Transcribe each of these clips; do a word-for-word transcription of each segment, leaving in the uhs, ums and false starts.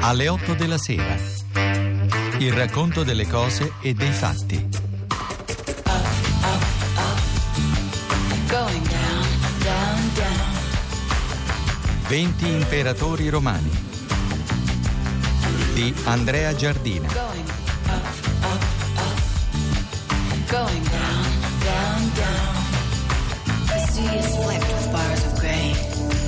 Alle otto della sera. Il racconto delle cose e dei fatti. Up, up, up. Going down, down, down. venti imperatori romani di Andrea Giardina. Going up, up, up. Going down, down, down. The sea is flecked with bars of gray.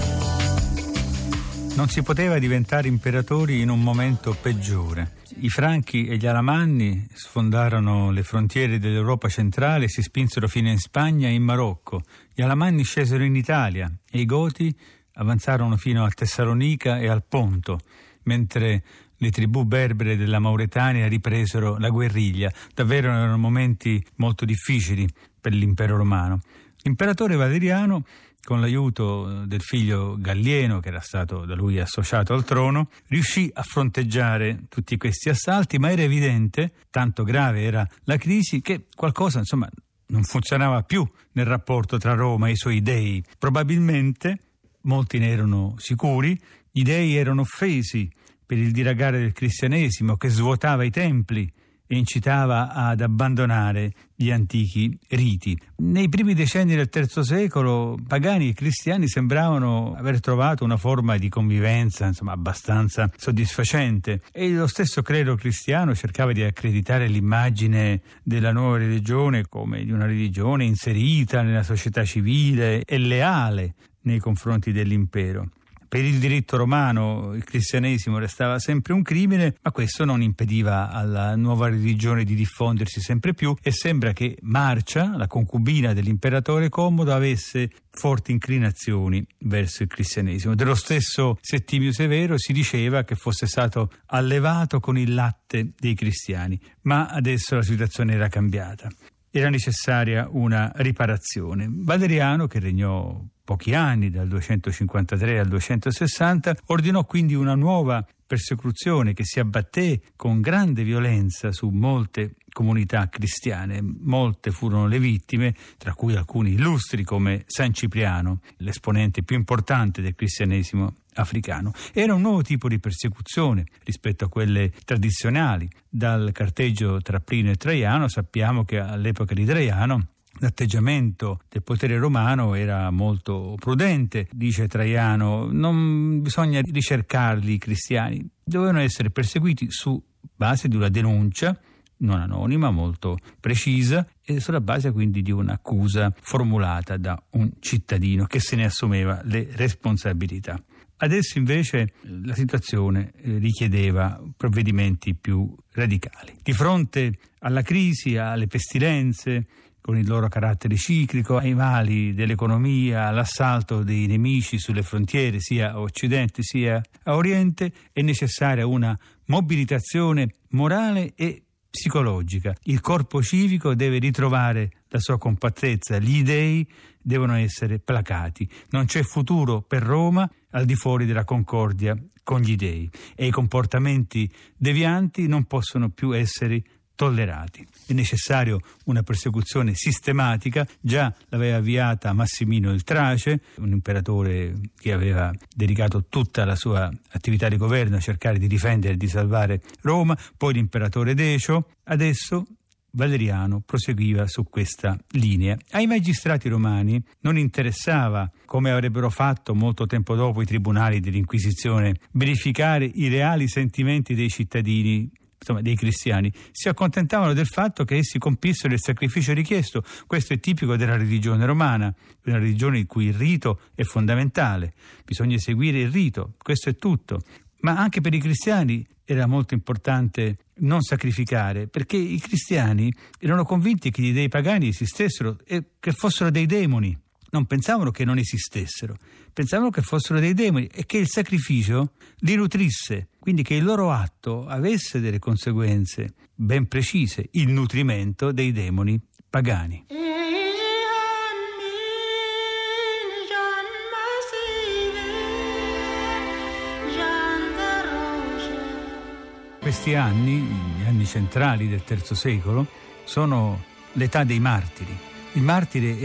Non si poteva diventare imperatori in un momento peggiore. I Franchi e gli Alamanni sfondarono le frontiere dell'Europa centrale e si spinsero fino in Spagna e in Marocco. Gli Alamanni scesero in Italia e i Goti avanzarono fino a Tessalonica e al Ponto, mentre le tribù berbere della Mauretania ripresero la guerriglia. Davvero erano momenti molto difficili per l'impero romano. L'imperatore Valeriano, con l'aiuto del figlio Gallieno, che era stato da lui associato al trono, riuscì a fronteggiare tutti questi assalti, ma era evidente, tanto grave era la crisi, che qualcosa, insomma, non funzionava più nel rapporto tra Roma e i suoi dei. Probabilmente, molti ne erano sicuri, gli dei erano offesi per il dilagare del cristianesimo che svuotava i templi e incitava ad abbandonare gli antichi riti. Nei primi decenni del terzo secolo, pagani e cristiani sembravano aver trovato una forma di convivenza, insomma, abbastanza soddisfacente, e lo stesso credo cristiano cercava di accreditare l'immagine della nuova religione come di una religione inserita nella società civile e leale nei confronti dell'impero. Per il diritto romano il cristianesimo restava sempre un crimine, ma questo non impediva alla nuova religione di diffondersi sempre più, e sembra che Marcia, la concubina dell'imperatore Commodo, avesse forti inclinazioni verso il cristianesimo. Dello stesso Settimio Severo si diceva che fosse stato allevato con il latte dei cristiani, ma adesso la situazione era cambiata. Era necessaria una riparazione. Valeriano, che regnò pochi anni, dal duecentocinquantatré al duecentosessanta, ordinò quindi una nuova persecuzione che si abbatté con grande violenza su molte comunità cristiane. Molte furono le vittime, tra cui alcuni illustri come San Cipriano, l'esponente più importante del cristianesimo africano. Era un nuovo tipo di persecuzione rispetto a quelle tradizionali. Dal carteggio tra Plinio e Traiano sappiamo che all'epoca di Traiano l'atteggiamento del potere romano era molto prudente. Dice Traiano: non bisogna ricercarli i cristiani, dovevano essere perseguiti su base di una denuncia non anonima, molto precisa, e sulla base quindi di un'accusa formulata da un cittadino che se ne assumeva le responsabilità. Adesso invece la situazione richiedeva provvedimenti più radicali. Di fronte alla crisi, alle pestilenze, con il loro carattere ciclico, ai mali dell'economia, all'assalto dei nemici sulle frontiere sia a Occidente sia a Oriente, è necessaria una mobilitazione morale e psicologica. Il corpo civico deve ritrovare la sua compattezza, gli dei devono essere placati. Non c'è futuro per Roma al di fuori della concordia con gli dei, e i comportamenti devianti non possono più essere tollerati. È necessario una persecuzione sistematica. Già l'aveva avviata Massimino il Trace, un imperatore che aveva dedicato tutta la sua attività di governo a cercare di difendere e di salvare Roma, poi l'imperatore Decio. Adesso Valeriano proseguiva su questa linea. Ai magistrati romani non interessava, come avrebbero fatto molto tempo dopo i tribunali dell'Inquisizione, verificare i reali sentimenti dei cittadini, insomma dei cristiani. Si accontentavano del fatto che essi compissero il sacrificio richiesto. Questo è tipico della religione romana, una religione in cui il rito è fondamentale, bisogna seguire il rito, questo è tutto. Ma anche per i cristiani era molto importante non sacrificare, perché i cristiani erano convinti che gli dei pagani esistessero e che fossero dei demoni. Non pensavano che non esistessero, pensavano che fossero dei demoni e che il sacrificio li nutrisse, quindi che il loro atto avesse delle conseguenze ben precise, il nutrimento dei demoni pagani. Questi anni, gli anni centrali del terzo secolo, sono l'età dei martiri. Il martire è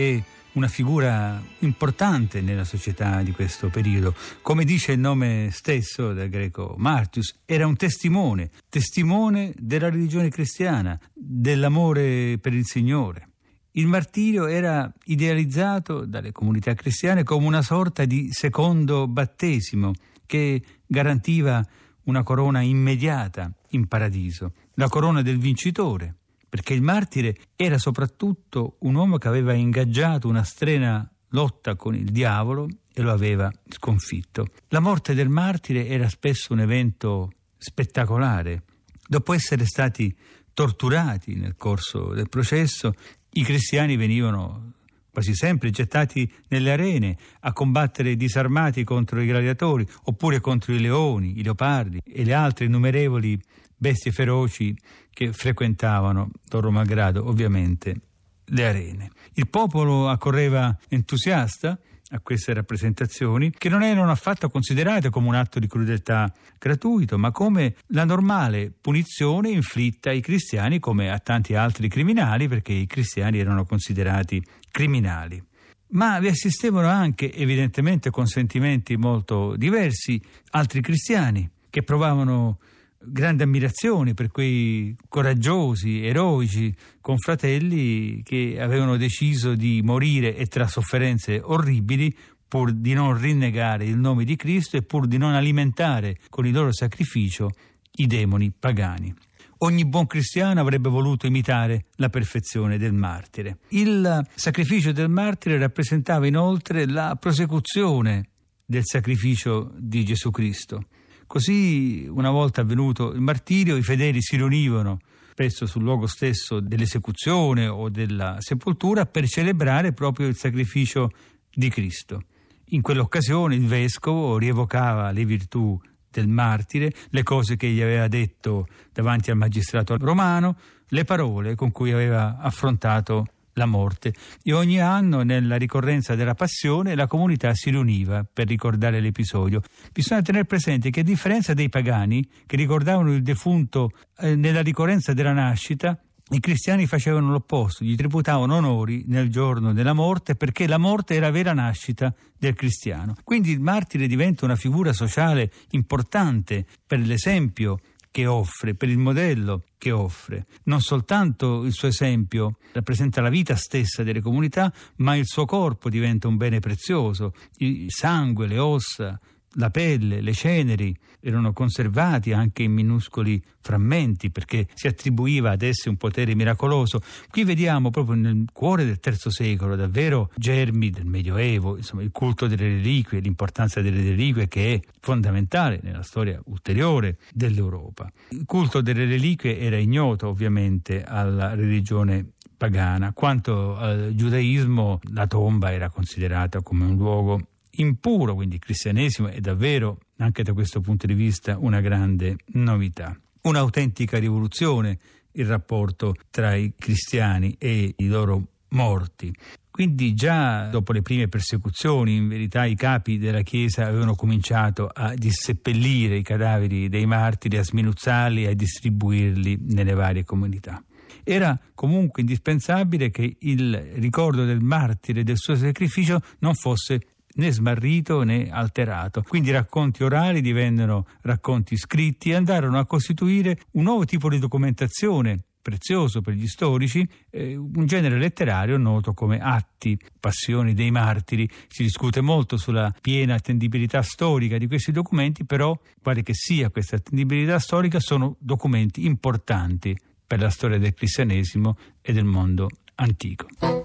una figura importante nella società di questo periodo. Come dice il nome stesso del greco Martius, era un testimone, testimone della religione cristiana, dell'amore per il Signore. Il martirio era idealizzato dalle comunità cristiane come una sorta di secondo battesimo che garantiva una corona immediata in paradiso, la corona del vincitore, perché il martire era soprattutto un uomo che aveva ingaggiato una strenua lotta con il diavolo e lo aveva sconfitto. La morte del martire era spesso un evento spettacolare. Dopo essere stati torturati nel corso del processo, i cristiani venivano quasi sempre gettati nelle arene a combattere disarmati contro i gladiatori oppure contro i leoni, i leopardi e le altre innumerevoli bestie feroci che frequentavano, loro malgrado ovviamente, le arene. Il popolo accorreva entusiasta a queste rappresentazioni, che non erano affatto considerate come un atto di crudeltà gratuito, ma come la normale punizione inflitta ai cristiani come a tanti altri criminali, perché i cristiani erano considerati criminali. Ma vi assistevano anche, evidentemente con sentimenti molto diversi, altri cristiani che provavano grande ammirazione per quei coraggiosi, eroici confratelli che avevano deciso di morire e tra sofferenze orribili pur di non rinnegare il nome di Cristo e pur di non alimentare con il loro sacrificio i demoni pagani. Ogni buon cristiano avrebbe voluto imitare la perfezione del martire. Il sacrificio del martire rappresentava inoltre la prosecuzione del sacrificio di Gesù Cristo. Così, una volta avvenuto il martirio, i fedeli si riunivano spesso sul luogo stesso dell'esecuzione o della sepoltura per celebrare proprio il sacrificio di Cristo. In quell'occasione il vescovo rievocava le virtù del martire, le cose che gli aveva detto davanti al magistrato romano, le parole con cui aveva affrontato la morte, e ogni anno nella ricorrenza della passione la comunità si riuniva per ricordare l'episodio. Bisogna tenere presente che, a differenza dei pagani che ricordavano il defunto eh, nella ricorrenza della nascita, i cristiani facevano l'opposto, gli tributavano onori nel giorno della morte, perché la morte era la vera nascita del cristiano. Quindi il martire diventa una figura sociale importante per l'esempio che offre, per il modello che offre. Non soltanto il suo esempio rappresenta la vita stessa delle comunità, ma il suo corpo diventa un bene prezioso. Il sangue, le ossa, la pelle, le ceneri erano conservati anche in minuscoli frammenti perché si attribuiva ad esse un potere miracoloso. Qui vediamo proprio nel cuore del terzo secolo davvero germi del Medioevo, insomma il culto delle reliquie, l'importanza delle reliquie che è fondamentale nella storia ulteriore dell'Europa. Il culto delle reliquie era ignoto ovviamente alla religione pagana. Quanto al giudaismo, la tomba era considerata come un luogo impuro, quindi il cristianesimo è davvero, anche da questo punto di vista, una grande novità. Un'autentica rivoluzione il rapporto tra i cristiani e i loro morti. Quindi già dopo le prime persecuzioni, in verità, i capi della Chiesa avevano cominciato a disseppellire i cadaveri dei martiri, a sminuzzarli e a distribuirli nelle varie comunità. Era comunque indispensabile che il ricordo del martire e del suo sacrificio non fosse né smarrito né alterato. Quindi i racconti orali divennero racconti scritti e andarono a costituire un nuovo tipo di documentazione prezioso per gli storici, eh, un genere letterario noto come atti, passioni dei martiri. Si discute molto sulla piena attendibilità storica di questi documenti, però quale che sia questa attendibilità storica, sono documenti importanti per la storia del cristianesimo e del mondo antico.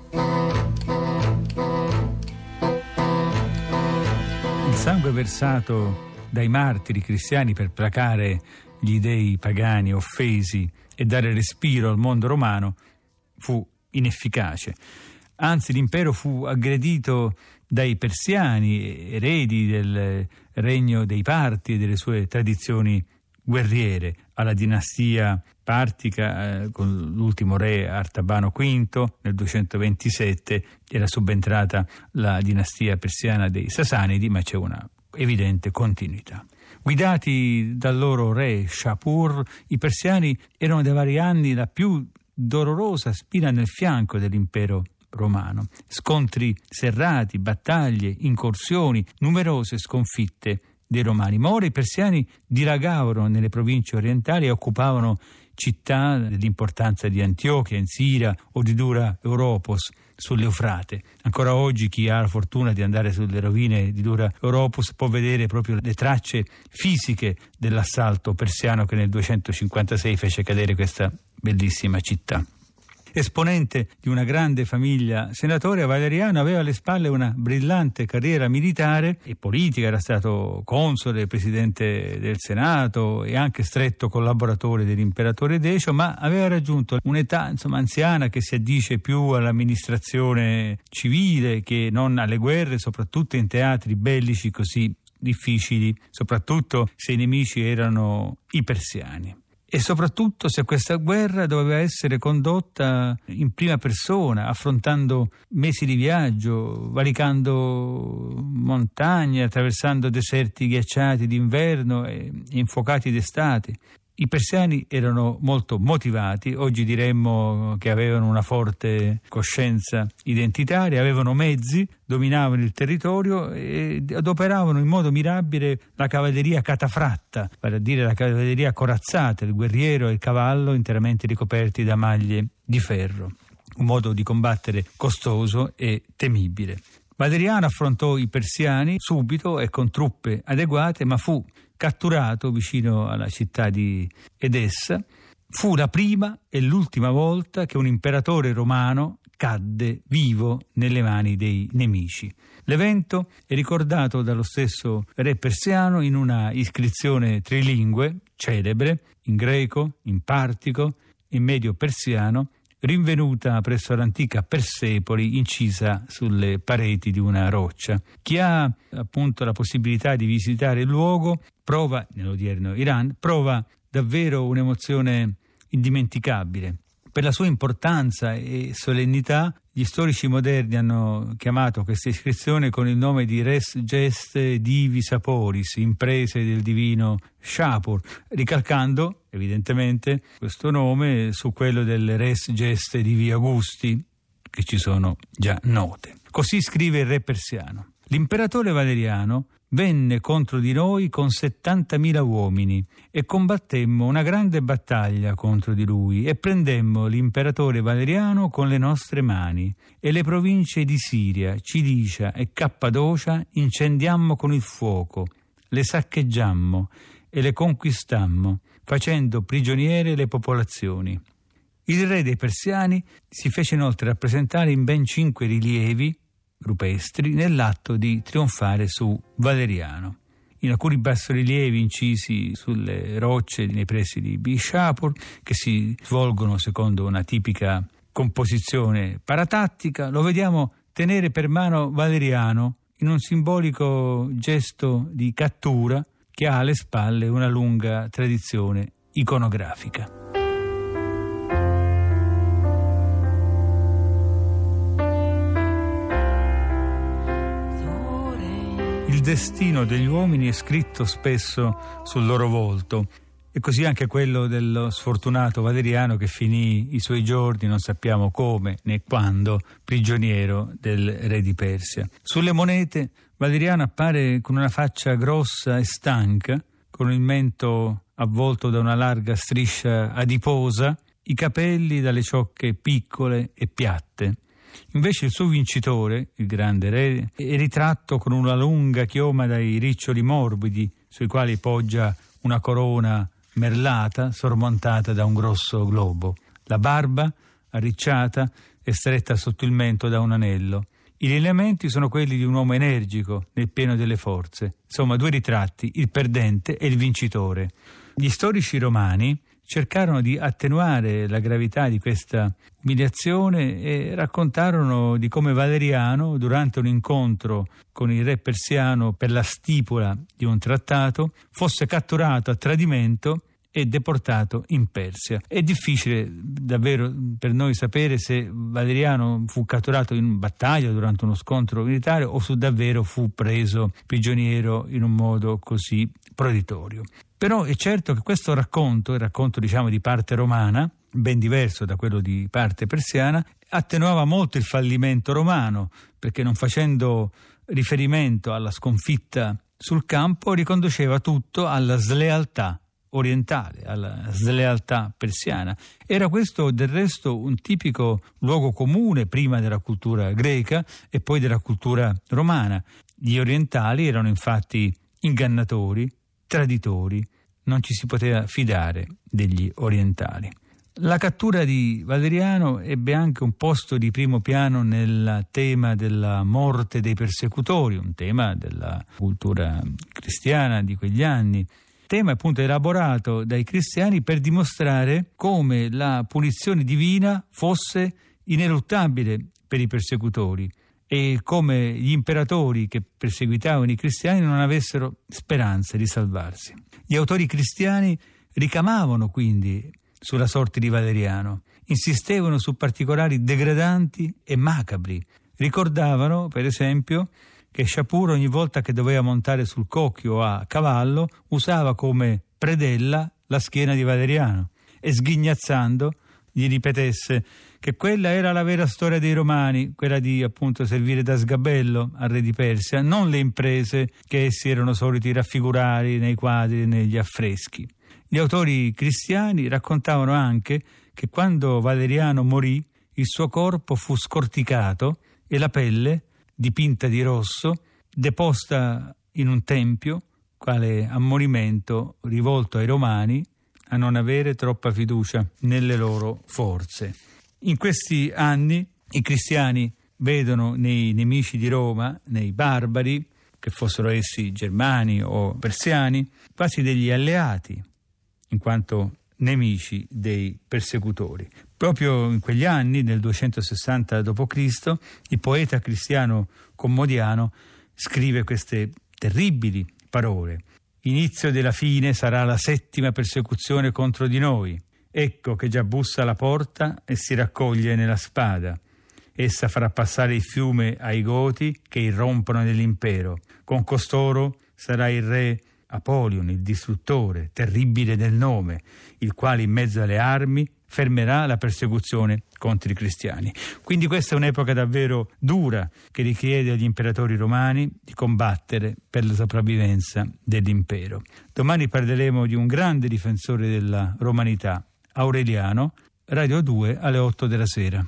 Il sangue versato dai martiri cristiani per placare gli dei pagani offesi e dare respiro al mondo romano fu inefficace. Anzi, l'impero fu aggredito dai persiani, eredi del regno dei Parti e delle sue tradizioni guerriere. Alla dinastia partica, eh, con l'ultimo re Artabano quinto, nel duecentoventisette era subentrata la dinastia persiana dei Sasanidi, ma c'è una evidente continuità. Guidati dal loro re Shapur, i persiani erano da vari anni la più dolorosa spina nel fianco dell'impero romano. Scontri serrati, battaglie, incursioni, numerose sconfitte dei romani. Ma ora i persiani dilagavano nelle province orientali e occupavano città dell'importanza di Antiochia in Siria o di Dura Europos sull'Eufrate. Ancora oggi chi ha la fortuna di andare sulle rovine di Dura Europos può vedere proprio le tracce fisiche dell'assalto persiano che nel duecentocinquantasei fece cadere questa bellissima città. Esponente di una grande famiglia senatoria, Valeriano aveva alle spalle una brillante carriera militare e politica, era stato console, presidente del Senato e anche stretto collaboratore dell'imperatore Decio, ma aveva raggiunto un'età insomma anziana che si addice più all'amministrazione civile che non alle guerre, soprattutto in teatri bellici così difficili, soprattutto se i nemici erano i persiani. E soprattutto se questa guerra doveva essere condotta in prima persona, affrontando mesi di viaggio, valicando montagne, attraversando deserti ghiacciati d'inverno e infuocati d'estate. I persiani erano molto motivati, oggi diremmo che avevano una forte coscienza identitaria, avevano mezzi, dominavano il territorio e adoperavano in modo mirabile la cavalleria catafratta, vale a dire la cavalleria corazzata, il guerriero e il cavallo interamente ricoperti da maglie di ferro. Un modo di combattere costoso e temibile. Valeriano affrontò i persiani subito e con truppe adeguate, ma fu catturato vicino alla città di Edessa. Fu la prima e l'ultima volta che un imperatore romano cadde vivo nelle mani dei nemici. L'evento è ricordato dallo stesso re persiano in una iscrizione trilingue, celebre, in greco, in partico, in medio persiano, rinvenuta presso l'antica Persepoli, incisa sulle pareti di una roccia. Chi ha appunto la possibilità di visitare il luogo prova, nell'odierno Iran, prova davvero un'emozione indimenticabile. Per la sua importanza e solennità, gli storici moderni hanno chiamato questa iscrizione con il nome di Res Geste Divi Saporis, imprese del divino Shapur, ricalcando evidentemente questo nome su quello delle Res Geste Divi Augusti, che ci sono già note. Così scrive il re persiano: l'imperatore Valeriano venne contro di noi con settantamila uomini e combattemmo una grande battaglia contro di lui e prendemmo l'imperatore Valeriano con le nostre mani e le province di Siria, Cilicia e Cappadocia incendiammo con il fuoco, le saccheggiammo e le conquistammo, facendo prigioniere le popolazioni. Il re dei persiani si fece inoltre rappresentare in ben cinque rilievi rupestri nell'atto di trionfare su Valeriano. In alcuni bassorilievi incisi sulle rocce nei pressi di Bishapur, che si svolgono secondo una tipica composizione paratattica, lo vediamo tenere per mano Valeriano in un simbolico gesto di cattura che ha alle spalle una lunga tradizione iconografica. Il destino degli uomini è scritto spesso sul loro volto, e così anche quello dello sfortunato Valeriano che finì i suoi giorni, non sappiamo come né quando, prigioniero del re di Persia. Sulle monete Valeriano appare con una faccia grossa e stanca, con il mento avvolto da una larga striscia adiposa, i capelli dalle ciocche piccole e piatte. Invece il suo vincitore, il grande re, è ritratto con una lunga chioma dai riccioli morbidi, sui quali poggia una corona merlata sormontata da un grosso globo. La barba, arricciata, è stretta sotto il mento da un anello. I lineamenti sono quelli di un uomo energico, nel pieno delle forze. Insomma, due ritratti, il perdente e il vincitore. Gli storici romani cercarono di attenuare la gravità di questa umiliazione e raccontarono di come Valeriano, durante un incontro con il re persiano per la stipula di un trattato, fosse catturato a tradimento e deportato in Persia. È difficile davvero per noi sapere se Valeriano fu catturato in battaglia durante uno scontro militare o se davvero fu preso prigioniero in un modo così proditorio. Però è certo che questo racconto, il racconto diciamo di parte romana, ben diverso da quello di parte persiana, attenuava molto il fallimento romano, perché non facendo riferimento alla sconfitta sul campo riconduceva tutto alla slealtà orientale, alla slealtà persiana. Era questo del resto un tipico luogo comune prima della cultura greca e poi della cultura romana. Gli orientali erano infatti ingannatori, traditori, non ci si poteva fidare degli orientali. La cattura di Valeriano ebbe anche un posto di primo piano nel tema della morte dei persecutori, un tema della cultura cristiana di quegli anni, tema appunto elaborato dai cristiani per dimostrare come la punizione divina fosse ineluttabile per i persecutori e come gli imperatori che perseguitavano i cristiani non avessero speranze di salvarsi. Gli autori cristiani ricamavano quindi sulla sorte di Valeriano, insistevano su particolari degradanti e macabri. Ricordavano, per esempio, che Shapur ogni volta che doveva montare sul cocchio o a cavallo usava come predella la schiena di Valeriano e sghignazzando gli ripetesse che quella era la vera storia dei Romani, quella di appunto servire da sgabello al re di Persia, non le imprese che essi erano soliti raffigurare nei quadri e negli affreschi. Gli autori cristiani raccontavano anche che quando Valeriano morì il suo corpo fu scorticato e la pelle, dipinta di rosso, deposta in un tempio, quale ammonimento rivolto ai romani a non avere troppa fiducia nelle loro forze. In questi anni i cristiani vedono nei nemici di Roma, nei barbari, che fossero essi germani o persiani, quasi degli alleati, in quanto nemici dei persecutori. Proprio in quegli anni, nel duecentosessanta dopo Cristo, il poeta cristiano Commodiano scrive queste terribili parole: «Inizio della fine sarà la settima persecuzione contro di noi. Ecco che già bussa alla porta e si raccoglie nella spada. Essa farà passare il fiume ai Goti che irrompono nell'impero. Con costoro sarà il re Apolion, il distruttore, terribile del nome, il quale in mezzo alle armi fermerà la persecuzione contro i cristiani». Quindi questa è un'epoca davvero dura che richiede agli imperatori romani di combattere per la sopravvivenza dell'impero. Domani parleremo di un grande difensore della romanità, Aureliano. Radio due alle otto della sera.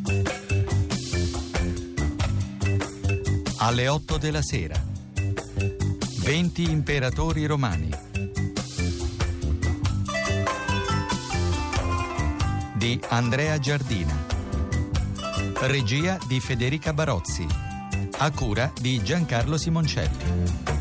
Alle otto della sera. venti imperatori romani di Andrea Giardina, regia di Federica Barozzi, a cura di Giancarlo Simoncelli.